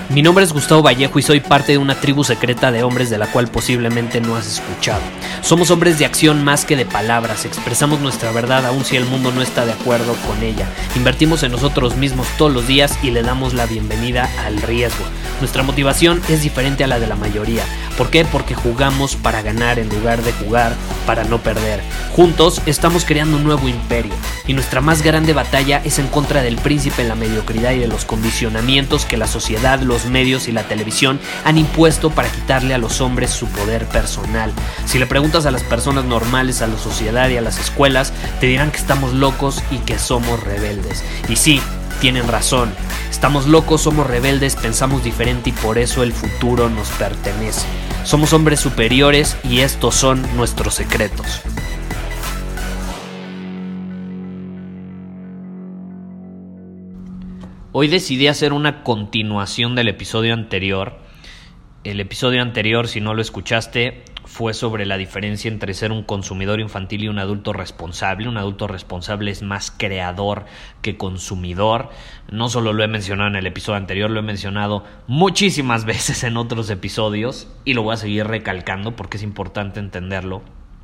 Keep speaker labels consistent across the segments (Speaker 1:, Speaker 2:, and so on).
Speaker 1: Mi nombre es Gustavo Vallejo y soy parte de una tribu secreta de hombres de la cual posiblemente no has escuchado. Somos hombres de acción más que de palabras, expresamos nuestra verdad aun si el mundo no está de acuerdo con ella. Invertimos en nosotros mismos todos los días y le damos la bienvenida al riesgo. Nuestra motivación es diferente a la de la mayoría. ¿Por qué? Porque jugamos para ganar en lugar de jugar para no perder. Juntos estamos creando un nuevo imperio y nuestra más grande batalla es en contra del príncipe, la mediocridad y de los condicionamientos que la sociedad, los medios y la televisión han impuesto para quitarle a los hombres su poder personal. Si le preguntas a las personas normales, a la sociedad y a las escuelas, te dirán que estamos locos y que somos rebeldes. Y sí, tienen razón. Estamos locos, somos rebeldes, pensamos diferente y por eso el futuro nos pertenece. Somos hombres superiores y estos son nuestros secretos. Hoy decidí hacer una continuación del episodio anterior. El episodio anterior, si no lo escuchaste, fue sobre la diferencia entre ser un consumidor infantil y un adulto responsable. Un adulto responsable es más creador que consumidor. No solo lo he mencionado en el episodio anterior, lo he mencionado muchísimas veces en otros episodios y lo voy a seguir recalcando porque es importante entenderlo.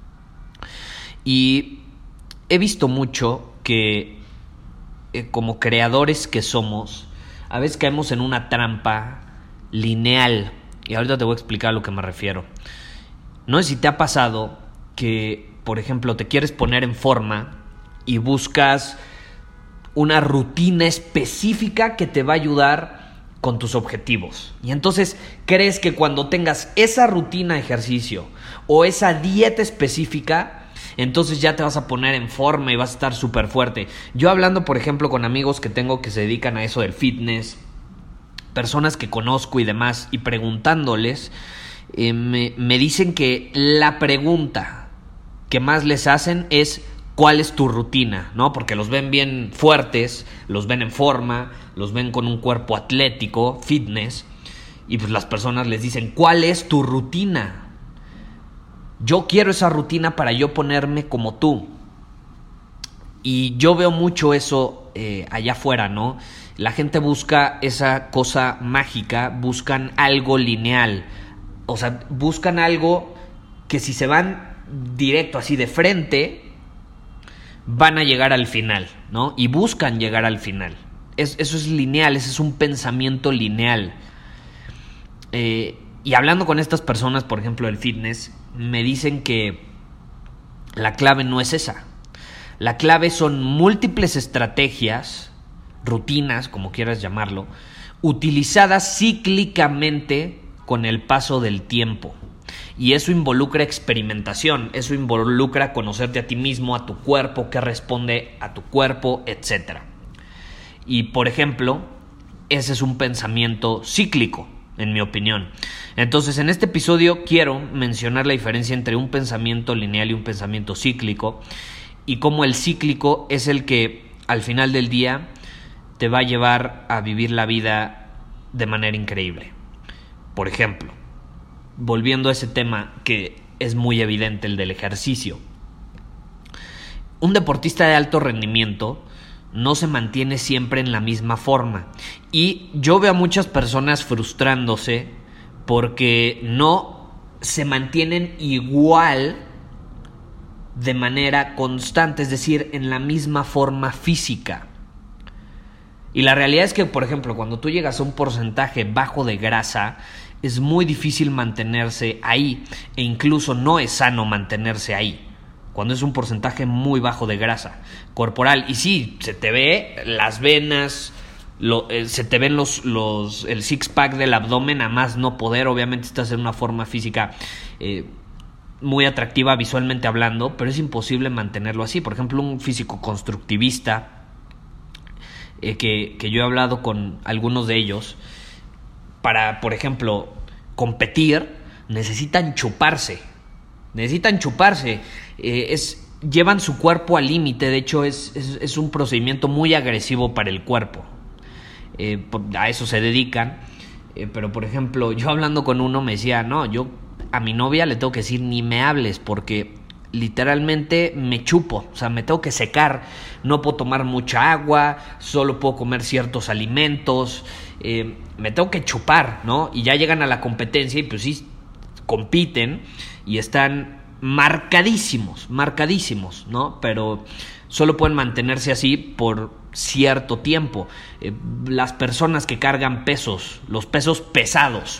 Speaker 1: Y he visto mucho que como creadores que somos, a veces caemos en una trampa lineal. Y ahorita te voy a explicar a lo que me refiero. No sé si te ha pasado que, por ejemplo, te quieres poner en forma y buscas una rutina específica que te va a ayudar con tus objetivos. Y entonces crees que cuando tengas esa rutina de ejercicio o esa dieta específica, entonces ya te vas a poner en forma y vas a estar súper fuerte. Yo hablando, por ejemplo, con amigos que tengo que se dedican a eso del fitness, personas que conozco y demás, y preguntándoles, me dicen que la pregunta que más les hacen es ¿cuál es tu rutina? ¿No? Porque los ven bien fuertes, los ven en forma, los ven con un cuerpo atlético, fitness, y pues las personas les dicen ¿cuál es tu rutina? Yo quiero esa rutina para yo ponerme como tú. Y yo veo mucho eso allá afuera, ¿no? La gente busca esa cosa mágica, buscan algo lineal. O sea, buscan algo que si se van directo, así de frente, van a llegar al final, ¿no? Y buscan llegar al final. Eso es lineal, ese es un pensamiento lineal. Y hablando con estas personas, por ejemplo, del fitness, me dicen que la clave no es esa. La clave son múltiples estrategias, rutinas, como quieras llamarlo, utilizadas cíclicamente con el paso del tiempo. Y eso involucra experimentación, eso involucra conocerte a ti mismo, a tu cuerpo, qué responde a tu cuerpo, etc. Y, por ejemplo, ese es un pensamiento cíclico, en mi opinión. Entonces, en este episodio quiero mencionar la diferencia entre un pensamiento lineal y un pensamiento cíclico, y cómo el cíclico es el que al final del día te va a llevar a vivir la vida de manera increíble. Por ejemplo, volviendo a ese tema que es muy evidente, el del ejercicio. Un deportista de alto rendimiento no se mantiene siempre en la misma forma. Y yo veo a muchas personas frustrándose porque no se mantienen igual de manera constante, es decir, en la misma forma física. Y la realidad es que, por ejemplo, cuando tú llegas a un porcentaje bajo de grasa, es muy difícil mantenerse ahí, e incluso no es sano mantenerse ahí cuando es un porcentaje muy bajo de grasa corporal. Y sí, se te ve las venas, se te ven el six pack del abdomen a más no poder. Obviamente estás en una forma física muy atractiva visualmente hablando, pero es imposible mantenerlo así. Por ejemplo, un físico constructivista que yo he hablado con algunos de ellos, para, por ejemplo, competir, necesitan chuparse. Llevan su cuerpo al límite. De hecho, es un procedimiento muy agresivo para el cuerpo. A eso se dedican. Pero, por ejemplo, yo hablando con uno me decía, no, yo a mi novia le tengo que decir ni me hables, porque literalmente me chupo, o sea, me tengo que secar, no puedo tomar mucha agua, solo puedo comer ciertos alimentos, me tengo que chupar, ¿no? Y ya llegan a la competencia y pues sí, compiten y están marcadísimos, ¿no? Pero solo pueden mantenerse así por cierto tiempo. Las personas que cargan pesos, los pesos pesados,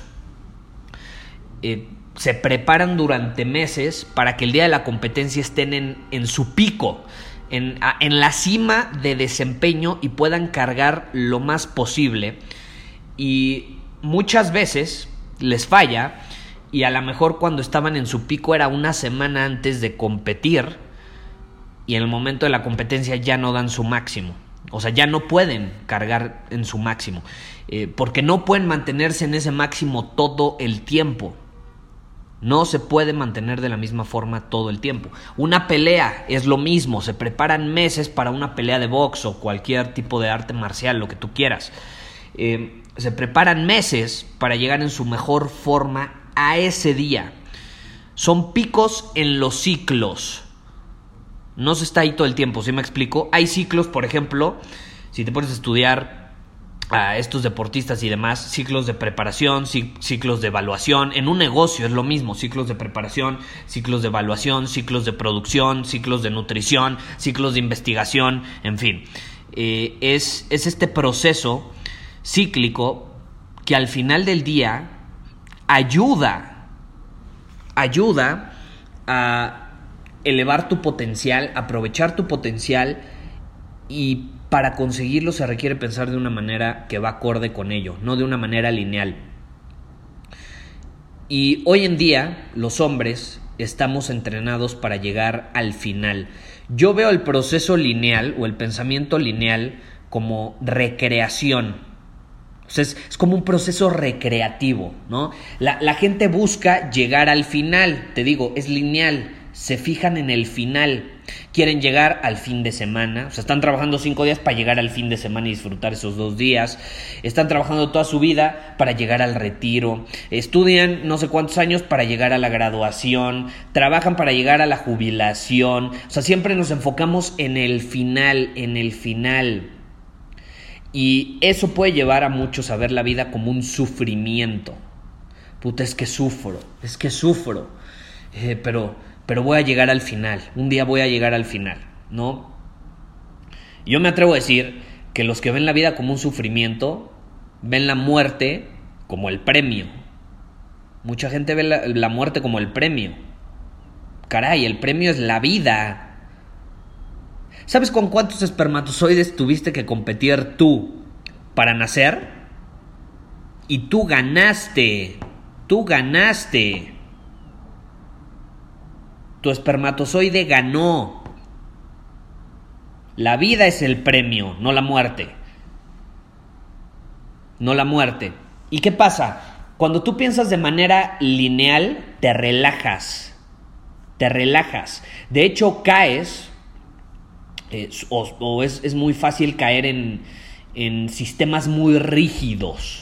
Speaker 1: se preparan durante meses para que el día de la competencia estén en su pico, en la cima de desempeño y puedan cargar lo más posible. Y muchas veces les falla, y a lo mejor cuando estaban en su pico era una semana antes de competir, y en el momento de la competencia ya no dan su máximo. O sea, ya no pueden cargar en su máximo, porque no pueden mantenerse en ese máximo todo el tiempo. No se puede mantener de la misma forma todo el tiempo. Una pelea es lo mismo. Se preparan meses para una pelea de box o cualquier tipo de arte marcial, lo que tú quieras. Se preparan meses para llegar en su mejor forma a ese día. Son picos en los ciclos. No se está ahí todo el tiempo, ¿sí me explico? Hay ciclos, por ejemplo, si te pones a estudiar a estos deportistas y demás, ciclos de preparación, ciclos de evaluación. En un negocio es lo mismo, ciclos de preparación, ciclos de evaluación, ciclos de producción, ciclos de nutrición, ciclos de investigación, en fin. Es este proceso cíclico que al final del día ayuda a elevar tu potencial, aprovechar tu potencial, y para conseguirlo se requiere pensar de una manera que va acorde con ello, no de una manera lineal. Y hoy en día los hombres estamos entrenados para llegar al final. Yo veo el proceso lineal o el pensamiento lineal como recreación. O sea, es como un proceso recreativo, ¿no? La gente busca llegar al final, te digo, es lineal. Se fijan en el final, quieren llegar al fin de semana, o sea, están trabajando 5 días para llegar al fin de semana y disfrutar esos 2 días, están trabajando toda su vida para llegar al retiro, estudian no sé cuántos años para llegar a la graduación, trabajan para llegar a la jubilación, o sea, siempre nos enfocamos en el final, y eso puede llevar a muchos a ver la vida como un sufrimiento. Puta, es que sufro, pero voy a llegar al final, un día voy a llegar al final, ¿no? Yo me atrevo a decir que los que ven la vida como un sufrimiento, ven la muerte como el premio. Mucha gente ve la muerte como el premio. Caray, el premio es la vida. ¿Sabes con cuántos espermatozoides tuviste que competir tú para nacer? Y tú ganaste. Tu espermatozoide ganó. La vida es el premio, no la muerte. ¿Y qué pasa? Cuando tú piensas de manera lineal, te relajas. De hecho, caes, es muy fácil caer en sistemas muy rígidos.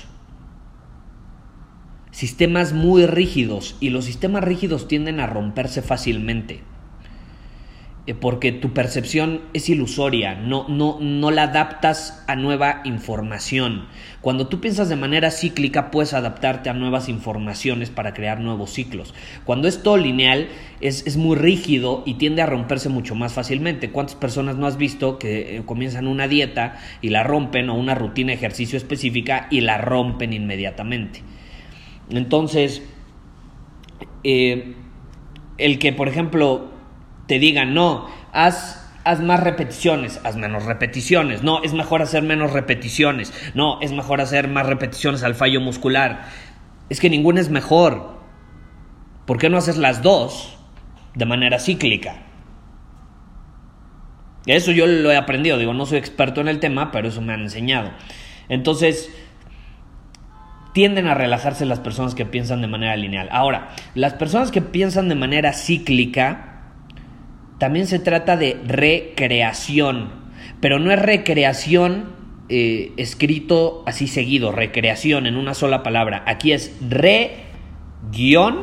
Speaker 1: Y los sistemas rígidos tienden a romperse fácilmente, porque tu percepción es ilusoria, no la adaptas a nueva información. Cuando tú piensas de manera cíclica, puedes adaptarte a nuevas informaciones para crear nuevos ciclos. Cuando es todo lineal, es muy rígido y tiende a romperse mucho más fácilmente. ¿Cuántas personas no has visto que comienzan una dieta y la rompen, o una rutina de ejercicio específica y la rompen inmediatamente? Entonces, el que, por ejemplo, te digan, no, haz más repeticiones, haz menos repeticiones, no, es mejor hacer menos repeticiones, no, es mejor hacer más repeticiones al fallo muscular. Es que ninguna es mejor. ¿Por qué no haces las dos de manera cíclica? Eso yo lo he aprendido, no soy experto en el tema, pero eso me han enseñado. Entonces, tienden a relajarse las personas que piensan de manera lineal. Ahora, las personas que piensan de manera cíclica, también se trata de recreación, pero no es recreación escrito así seguido, recreación en una sola palabra. Aquí es re-creación.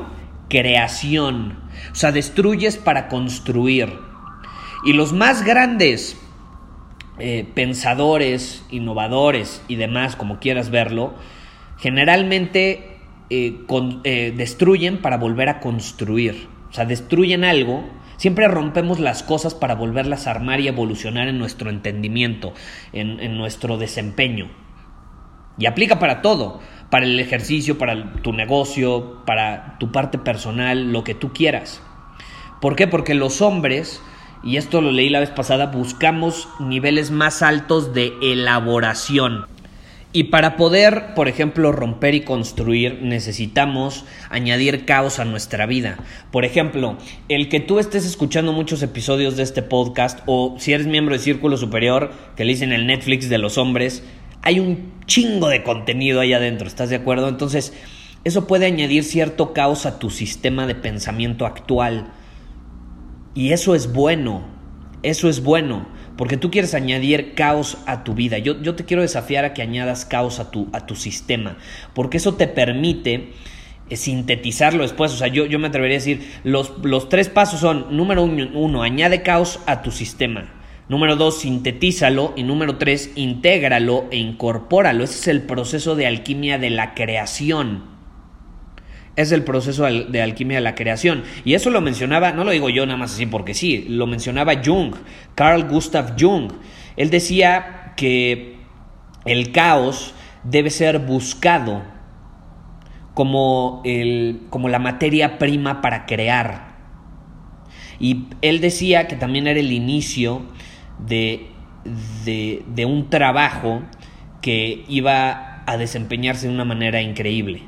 Speaker 1: creación. O sea, destruyes para construir. Y los más grandes pensadores, innovadores y demás, como quieras verlo, generalmente destruyen para volver a construir. O sea, destruyen algo. Siempre rompemos las cosas para volverlas a armar y evolucionar en nuestro entendimiento, en nuestro desempeño. Y aplica para todo, para el ejercicio, para tu negocio, para tu parte personal, lo que tú quieras. ¿Por qué? Porque los hombres, y esto lo leí la vez pasada, buscamos niveles más altos de elaboración. Y para poder, por ejemplo, romper y construir, necesitamos añadir caos a nuestra vida. Por ejemplo, el que tú estés escuchando muchos episodios de este podcast, o si eres miembro de Círculo Superior, que le dicen el Netflix de los hombres, hay un chingo de contenido ahí adentro, ¿estás de acuerdo? Entonces, eso puede añadir cierto caos a tu sistema de pensamiento actual. Y eso es bueno, porque tú quieres añadir caos a tu vida. Yo te quiero desafiar a que añadas caos a tu sistema, porque eso te permite sintetizarlo después. O sea, yo me atrevería a decir, los 3 pasos son: número 1, añade caos a tu sistema; número 2, sintetízalo; y número 3, intégralo e incorpóralo. Ese es el proceso de alquimia de la creación. Es el proceso de alquimia de la creación. Y eso lo mencionaba, no lo digo yo nada más así porque sí, lo mencionaba Jung, Carl Gustav Jung. Él decía que el caos debe ser buscado como la materia prima para crear. Y él decía que también era el inicio de un trabajo que iba a desempeñarse de una manera increíble.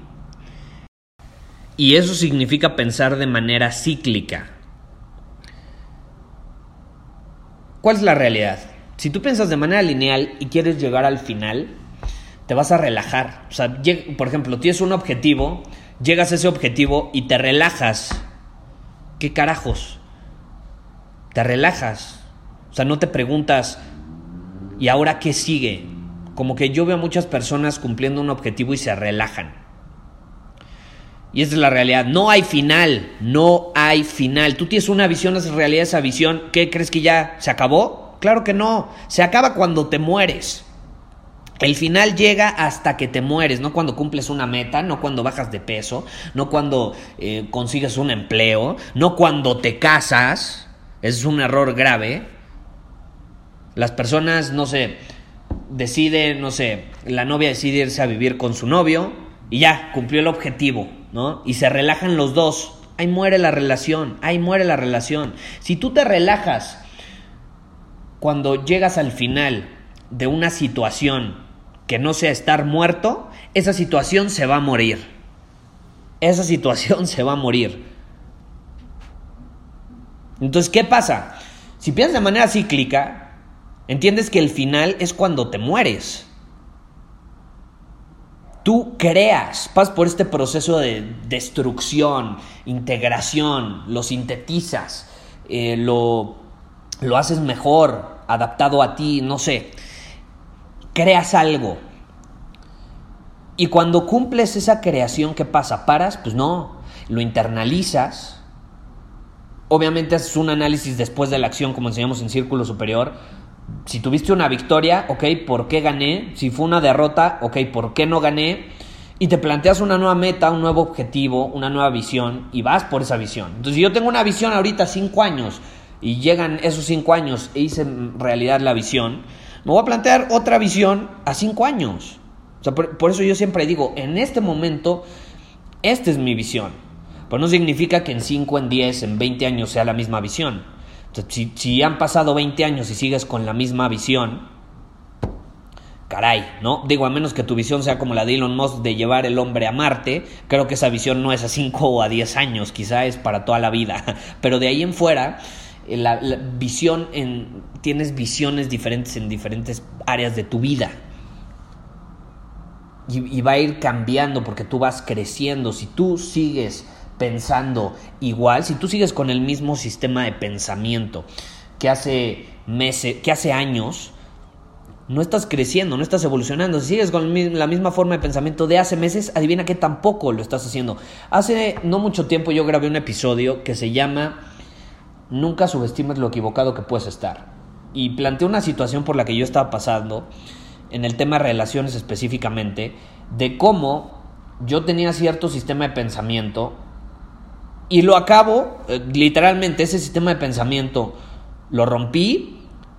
Speaker 1: Y eso significa pensar de manera cíclica. ¿Cuál es la realidad? Si tú piensas de manera lineal y quieres llegar al final, te vas a relajar. O sea, por ejemplo, tienes un objetivo, llegas a ese objetivo y te relajas. ¿Qué carajos? Te relajas. O sea, no te preguntas, ¿y ahora qué sigue? Como que yo veo a muchas personas cumpliendo un objetivo y se relajan. Y esa es la realidad. No hay final. Tú tienes una visión, haces realidad esa visión. ¿Qué crees que ya se acabó? Claro que no. Se acaba cuando te mueres. El final llega hasta que te mueres, no cuando cumples una meta, no cuando bajas de peso, no cuando consigues un empleo, no cuando te casas. Ese es un error grave. Las personas, la novia decide irse a vivir con su novio y ya, cumplió el objetivo, ¿no? Y se relajan los dos. Ahí muere la relación. Si tú te relajas cuando llegas al final de una situación que no sea estar muerto, esa situación se va a morir. Entonces, ¿qué pasa? Si piensas de manera cíclica, entiendes que el final es cuando te mueres. Tú creas, pasas por este proceso de destrucción, integración, lo sintetizas, lo haces mejor, adaptado a ti, creas algo. Y cuando cumples esa creación, ¿qué pasa? ¿Paras? Pues no, lo internalizas. Obviamente haces un análisis después de la acción, como enseñamos en Círculo Superior. Si tuviste una victoria, ok, ¿por qué gané? Si fue una derrota, ok, ¿por qué no gané? Y te planteas una nueva meta, un nuevo objetivo, una nueva visión, y vas por esa visión. Entonces, si yo tengo una visión ahorita 5 años, y llegan esos 5 años e hice realidad la visión, me voy a plantear otra visión a 5 años. O sea, por eso yo siempre digo, en este momento, esta es mi visión. Pero no significa que en 5, en 10, en 20 años sea la misma visión. Si han pasado 20 años y sigues con la misma visión, caray, ¿no? Digo, a menos que tu visión sea como la de Elon Musk de llevar el hombre a Marte, creo que esa visión no es a 5 o a 10 años, quizá es para toda la vida. Pero de ahí en fuera, la visión, tienes visiones diferentes en diferentes áreas de tu vida. Y va a ir cambiando porque tú vas creciendo. Si tú sigues pensando igual, si tú sigues con el mismo sistema de pensamiento que hace años, No estás creciendo, no estás evolucionando. Si sigues con la misma forma de pensamiento de hace meses, adivina que tampoco lo estás haciendo. Hace no mucho tiempo yo grabé un episodio que se llama Nunca subestimes lo equivocado que puedes estar. Y planteé una situación por la que yo estaba pasando, en el tema de relaciones específicamente, de cómo yo tenía cierto sistema de pensamiento y lo acabo, literalmente ese sistema de pensamiento lo rompí,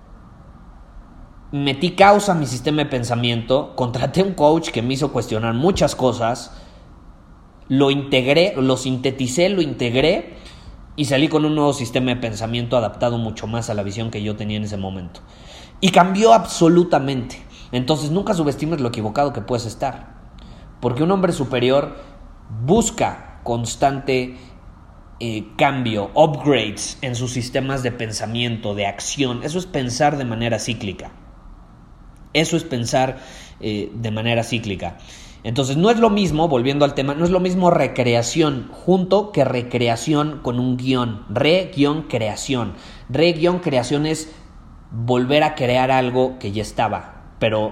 Speaker 1: metí causa a mi sistema de pensamiento, contraté un coach que me hizo cuestionar muchas cosas, lo integré, lo sinteticé, lo integré y salí con un nuevo sistema de pensamiento adaptado mucho más a la visión que yo tenía en ese momento. Y cambió absolutamente. Entonces nunca subestimes lo equivocado que puedes estar. Porque un hombre superior busca constante cambio, upgrades en sus sistemas de pensamiento, de acción. Eso es pensar de manera cíclica. Eso es pensar de manera cíclica. Entonces no es lo mismo, volviendo al tema, no es lo mismo recreación junto que recreación con un guión. Re-creación. Re-creación es volver a crear algo que ya estaba, pero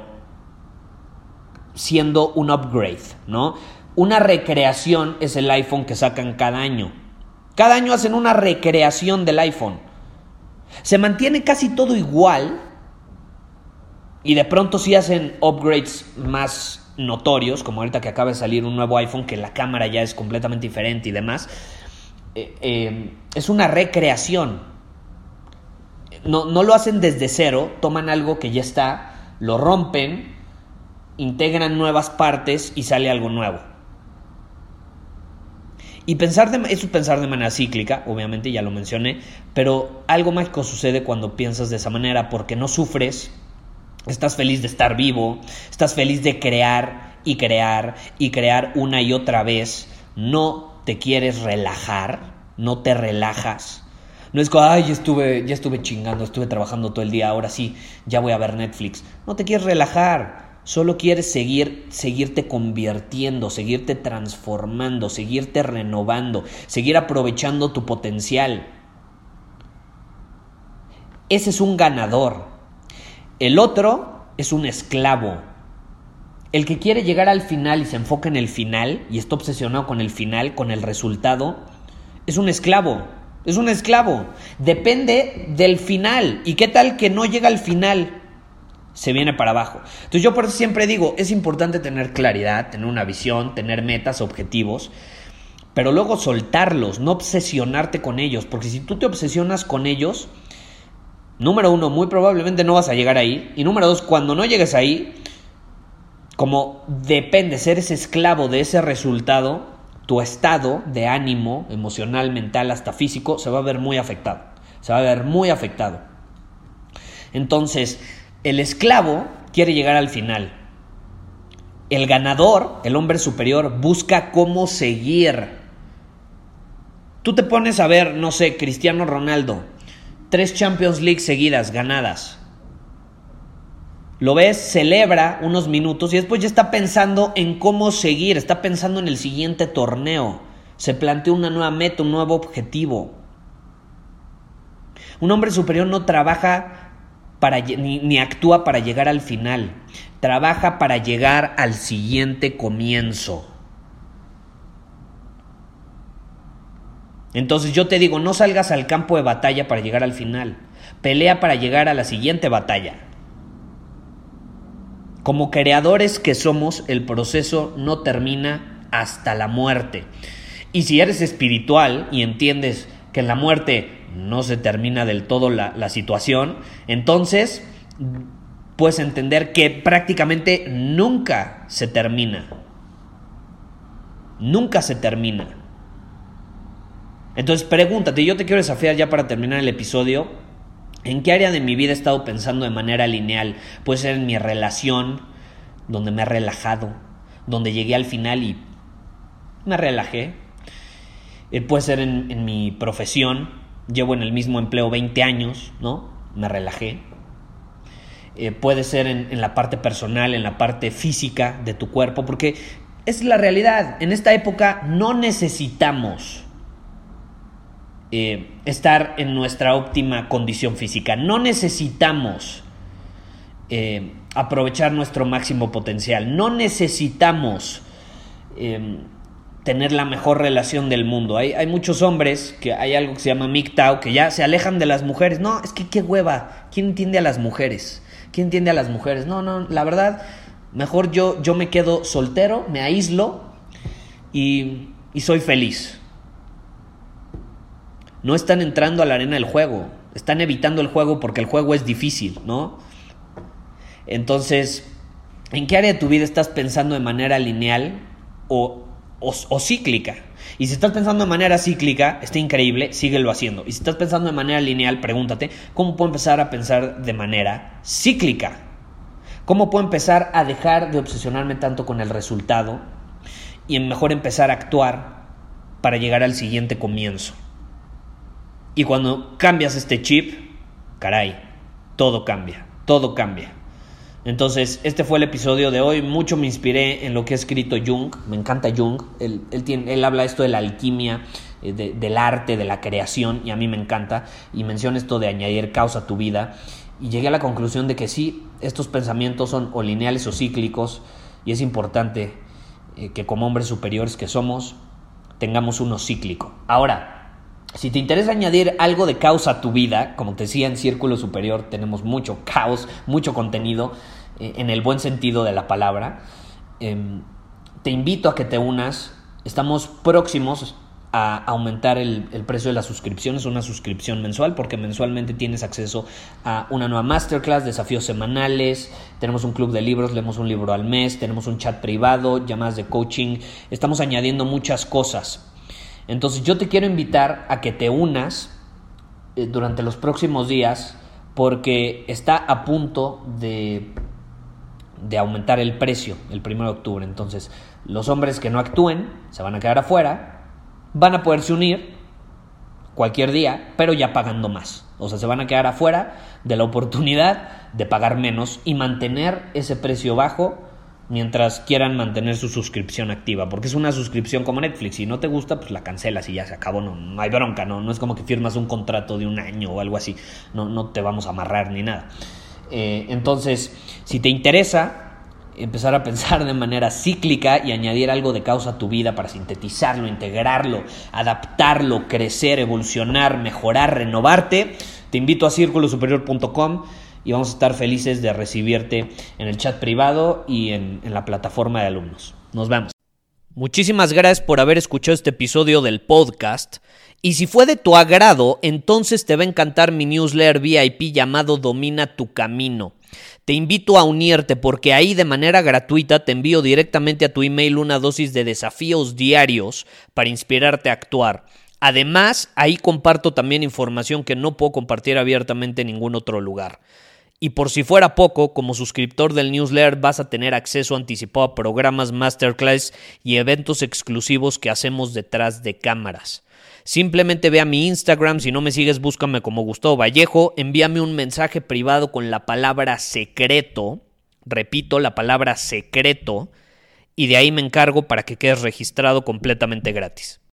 Speaker 1: siendo un upgrade, ¿no? Una recreación es el iPhone que sacan cada año. Cada año hacen una recreación del iPhone. Se mantiene casi todo igual y de pronto sí hacen upgrades más notorios, como ahorita que acaba de salir un nuevo iPhone que la cámara ya es completamente diferente y demás. Es una recreación. No lo hacen desde cero, toman algo que ya está, lo rompen, integran nuevas partes y sale algo nuevo. Y eso es pensar de manera cíclica, obviamente ya lo mencioné, pero algo mágico sucede cuando piensas de esa manera, porque no sufres, estás feliz de estar vivo, estás feliz de crear y crear y crear una y otra vez, no te quieres relajar, no te relajas. No es como, ya estuve chingando, estuve trabajando todo el día, ahora sí, ya voy a ver Netflix. No te quieres relajar. Solo quieres seguirte convirtiendo, seguirte transformando, seguirte renovando, seguir aprovechando tu potencial. Ese es un ganador. El otro es un esclavo. El que quiere llegar al final y se enfoca en el final y está obsesionado con el final, con el resultado, es un esclavo. Es un esclavo. Depende del final. ¿Y qué tal que no llega al final? Se viene para abajo. Entonces yo por eso siempre digo, es importante tener claridad, tener una visión, tener metas, objetivos, pero luego soltarlos, no obsesionarte con ellos, porque si tú te obsesionas con ellos, número uno, muy probablemente no vas a llegar ahí, y número dos, cuando no llegues ahí, como dependes, eres esclavo de ese resultado, tu estado de ánimo, emocional, mental, hasta físico, se va a ver muy afectado, Entonces, el esclavo quiere llegar al final. El ganador, el hombre superior, busca cómo seguir. Tú te pones a ver, no sé, Cristiano Ronaldo, 3 Champions League seguidas, ganadas. Lo ves, celebra unos minutos y después ya está pensando en cómo seguir, está pensando en el siguiente torneo. Se plantea una nueva meta, un nuevo objetivo. Un hombre superior no trabaja ni actúa para llegar al final, trabaja para llegar al siguiente comienzo. Entonces yo te digo, no salgas al campo de batalla para llegar al final, pelea para llegar a la siguiente batalla. Como creadores que somos, el proceso no termina hasta la muerte. Y si eres espiritual y entiendes que en la muerte no se termina del todo la situación, entonces puedes entender que prácticamente nunca se termina. Nunca se termina. Entonces pregúntate, yo te quiero desafiar ya para terminar el episodio, ¿en qué área de mi vida he estado pensando de manera lineal? Puede ser en mi relación, donde me he relajado, donde llegué al final y me relajé. Puede ser en mi profesión. Llevo en el mismo empleo 20 años, ¿no? Me relajé. Puede ser en la parte personal, en la parte física de tu cuerpo, porque es la realidad. En esta época no necesitamos estar en nuestra óptima condición física. No necesitamos aprovechar nuestro máximo potencial. No necesitamos tener la mejor relación del mundo. Hay muchos hombres que hay algo que se llama MGTOW, que ya se alejan de las mujeres. No, es que qué hueva. ¿Quién entiende a las mujeres? ¿Quién entiende a las mujeres? No, la verdad, mejor yo me quedo soltero, me aíslo y soy feliz. No están entrando a la arena del juego. Están evitando el juego porque el juego es difícil, ¿no? Entonces, ¿en qué área de tu vida estás pensando de manera lineal o cíclica? Y si estás pensando de manera cíclica, está increíble, síguelo haciendo. Y si estás pensando de manera lineal, pregúntate, ¿cómo puedo empezar a pensar de manera cíclica? ¿Cómo puedo empezar a dejar de obsesionarme tanto con el resultado y mejor empezar a actuar para llegar al siguiente comienzo? Y cuando cambias este chip, caray, todo cambia. Entonces, este fue el episodio de hoy. Mucho me inspiré en lo que ha escrito Jung. Me encanta Jung. Él habla esto de la alquimia, del arte, de la creación, y a mí me encanta. Y menciona esto de añadir causa a tu vida. Y llegué a la conclusión de que sí, estos pensamientos son o lineales o cíclicos, y es importante que como hombres superiores que somos, tengamos uno cíclico. Ahora, si te interesa añadir algo de caos a tu vida, como te decía, en Círculo Superior tenemos mucho caos, mucho contenido, en el buen sentido de la palabra. Te invito a que te unas. Estamos próximos a aumentar el precio de las suscripciones, una suscripción mensual, porque mensualmente tienes acceso a una nueva masterclass, desafíos semanales, tenemos un club de libros, leemos un libro al mes, tenemos un chat privado, llamadas de coaching, estamos añadiendo muchas cosas. Entonces yo te quiero invitar a que te unas durante los próximos días, porque está a punto de aumentar el precio el 1 de octubre. Entonces los hombres que no actúen se van a quedar afuera, van a poderse unir cualquier día, pero ya pagando más. O sea, se van a quedar afuera de la oportunidad de pagar menos y mantener ese precio bajo mientras quieran mantener su suscripción activa, porque es una suscripción como Netflix. Si no te gusta, pues la cancelas y ya se acabó. No hay bronca, no es como que firmas un contrato de un año o algo así. No te vamos a amarrar ni nada. Entonces, si te interesa empezar a pensar de manera cíclica y añadir algo de causa a tu vida para sintetizarlo, integrarlo, adaptarlo, crecer, evolucionar, mejorar, renovarte, te invito a circulosuperior.com y vamos a estar felices de recibirte en el chat privado y en la plataforma de alumnos. Nos vemos. Muchísimas gracias por haber escuchado este episodio del podcast. Y si fue de tu agrado, entonces te va a encantar mi newsletter VIP llamado Domina tu Camino. Te invito a unirte, porque ahí de manera gratuita te envío directamente a tu email una dosis de desafíos diarios para inspirarte a actuar. Además, ahí comparto también información que no puedo compartir abiertamente en ningún otro lugar. Y por si fuera poco, como suscriptor del newsletter vas a tener acceso anticipado a programas, masterclass y eventos exclusivos que hacemos detrás de cámaras. Simplemente ve a mi Instagram, si no me sigues búscame como Gustavo Vallejo, envíame un mensaje privado con la palabra secreto, repito, la palabra secreto, y de ahí me encargo para que quedes registrado completamente gratis.